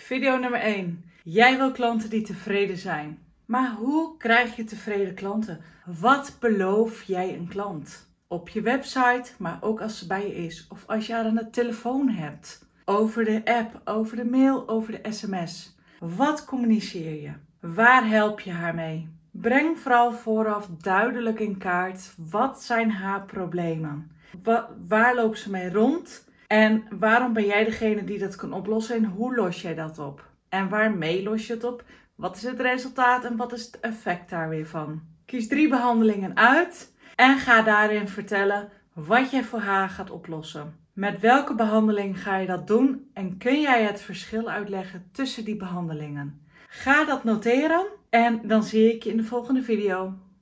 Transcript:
Video nummer 1. Jij wil klanten die tevreden zijn. Maar hoe krijg je tevreden klanten? Wat beloof jij een klant? Op je website, maar ook als ze bij je is. Of als je haar aan de telefoon hebt. Over de app, over de mail, over de sms. Wat communiceer je? Waar help je haar mee? Breng vooral vooraf duidelijk in kaart. Wat zijn haar problemen? Waar loopt ze mee rond? En waarom ben jij degene die dat kan oplossen en hoe los jij dat op? En waarmee los je het op? Wat is het resultaat en wat is het effect daar weer van? Kies 3 behandelingen uit en ga daarin vertellen wat jij voor haar gaat oplossen. Met welke behandeling ga je dat doen en kun jij het verschil uitleggen tussen die behandelingen? Ga dat noteren en dan zie ik je in de volgende video.